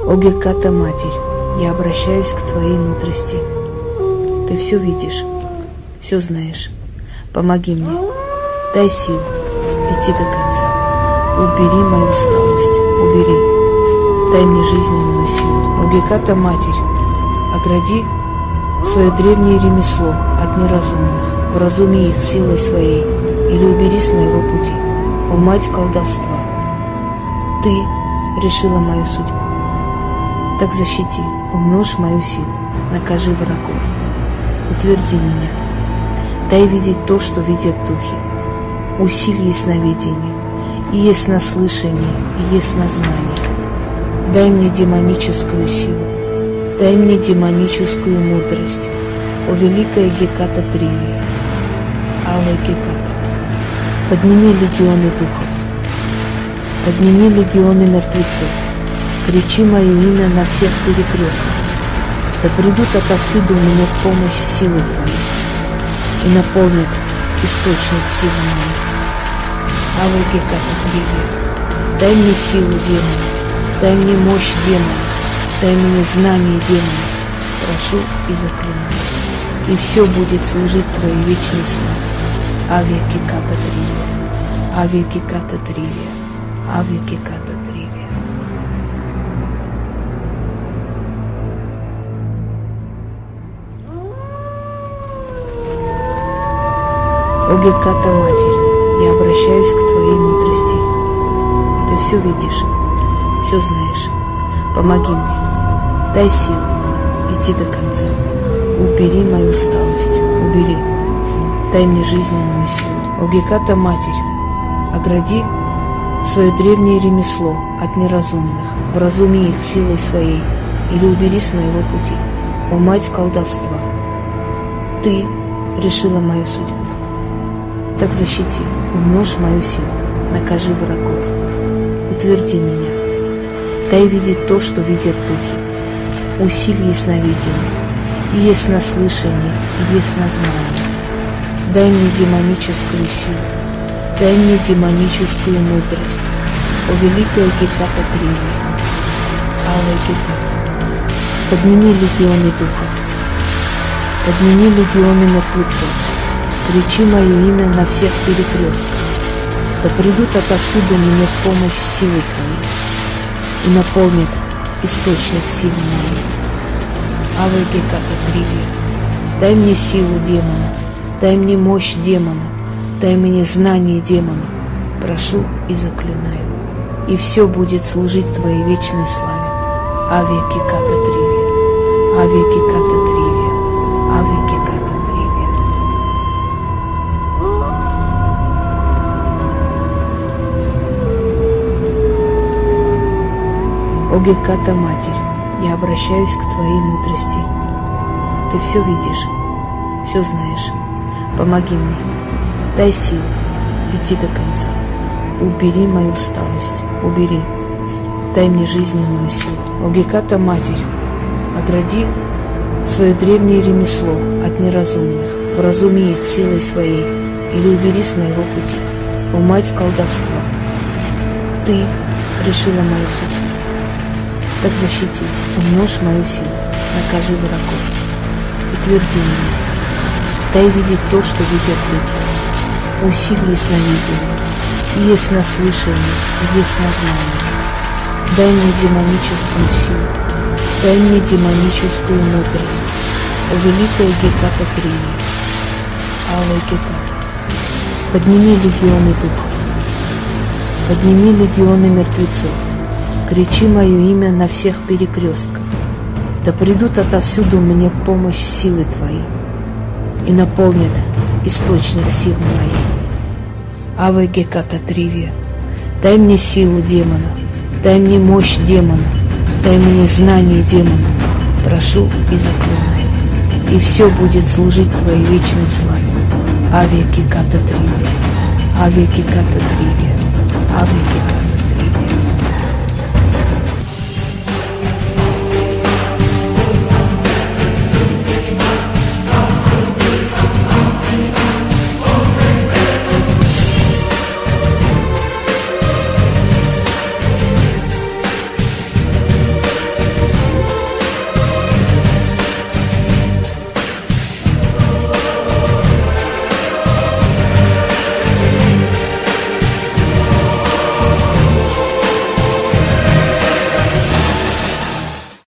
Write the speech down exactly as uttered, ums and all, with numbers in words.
О Геката, Матерь, я обращаюсь к Твоей мудрости. Ты все видишь, все знаешь. Помоги мне, дай сил идти до конца. Убери мою усталость, убери, дай мне жизненную силу. О Геката, Матерь, огради свое древнее ремесло от неразумных, вразуми их силой своей, или убери с моего пути. О Мать колдовства, Ты решила мою судьбу. Так защити, умножь мою силу, накажи врагов, утверди меня. Дай видеть то, что видят духи, усиль ясновидение, и яснослышание, и яснознание. Дай мне демоническую силу, дай мне демоническую мудрость, о великая Геката Тривия, Аве Геката. Подними легионы духов, подними легионы мертвецов, кричи мое имя на всех перекрестках, да придут отовсюду мне помощь силы Твоей и наполнит источник силы моей. Аве Геката Тривия, дай мне силу демона, дай мне мощь демона, дай мне знание демона, прошу и заклинаю, и все будет служить Твоей вечной славе. Аве Геката Тривия, Аве Геката Тривия, Аве Геката Тривия. О Геката, Матерь, я обращаюсь к Твоей мудрости. Ты все видишь, все знаешь. Помоги мне, дай сил идти до конца. Убери мою усталость, убери, дай мне жизненную силу. О Геката, Матерь, огради свое древнее ремесло от неразумных, вразуми их силой своей, или убери с моего пути. О Мать колдовства, Ты решила мою судьбу. Так защити, умножь мою силу, накажи врагов, утверди меня. Дай видеть то, что видят духи, усиль ясновидение, и яснослышание, и яснознание. Дай мне демоническую силу, дай мне демоническую мудрость, о великая Геката Тривия, Аве Геката. Подними легионы духов, подними легионы мертвецов, кричи мое имя на всех перекрестках, да придут отовсюду мне помощь силы Твоей и наполнит источник силы моей. Аве Геката Тривия, дай мне силу демона, дай мне мощь демона, дай мне знание демона, прошу и заклинаю, и все будет служить Твоей вечной славе. Аве Геката Тривия, Аве Геката Тривия, Аве Геката Тривия. О Геката, Матерь, я обращаюсь к Твоей мудрости. Ты все видишь, все знаешь. Помоги мне, дай сил идти до конца. Убери мою усталость, убери, дай мне жизненную силу. О Геката, Матерь, огради свое древнее ремесло от неразумных, вразуми их силой своей, или убери с моего пути. О Мать колдовства, Ты решила мою судьбу. Так защити, умножь мою силу, накажи врагов, утверди меня. Дай видеть то, что видят духи, усиль ясновидение, и яснослышание, и яснознание. Дай мне демоническую силу, дай мне демоническую мудрость, о великая Геката Тривия, Аве Геката. Подними легионы духов, подними легионы мертвецов, кричи мое имя на всех перекрестках, да придут отовсюду мне помощь силы Твоей и наполнит источник силы моей. Аве Геката Тривия, дай мне силу демона, дай мне мощь демона, дай мне знание демона, прошу и заклинаю, и все будет служить Твоей вечной славе. Аве Геката Тривия, Аве Геката Тривия, Аве Геката.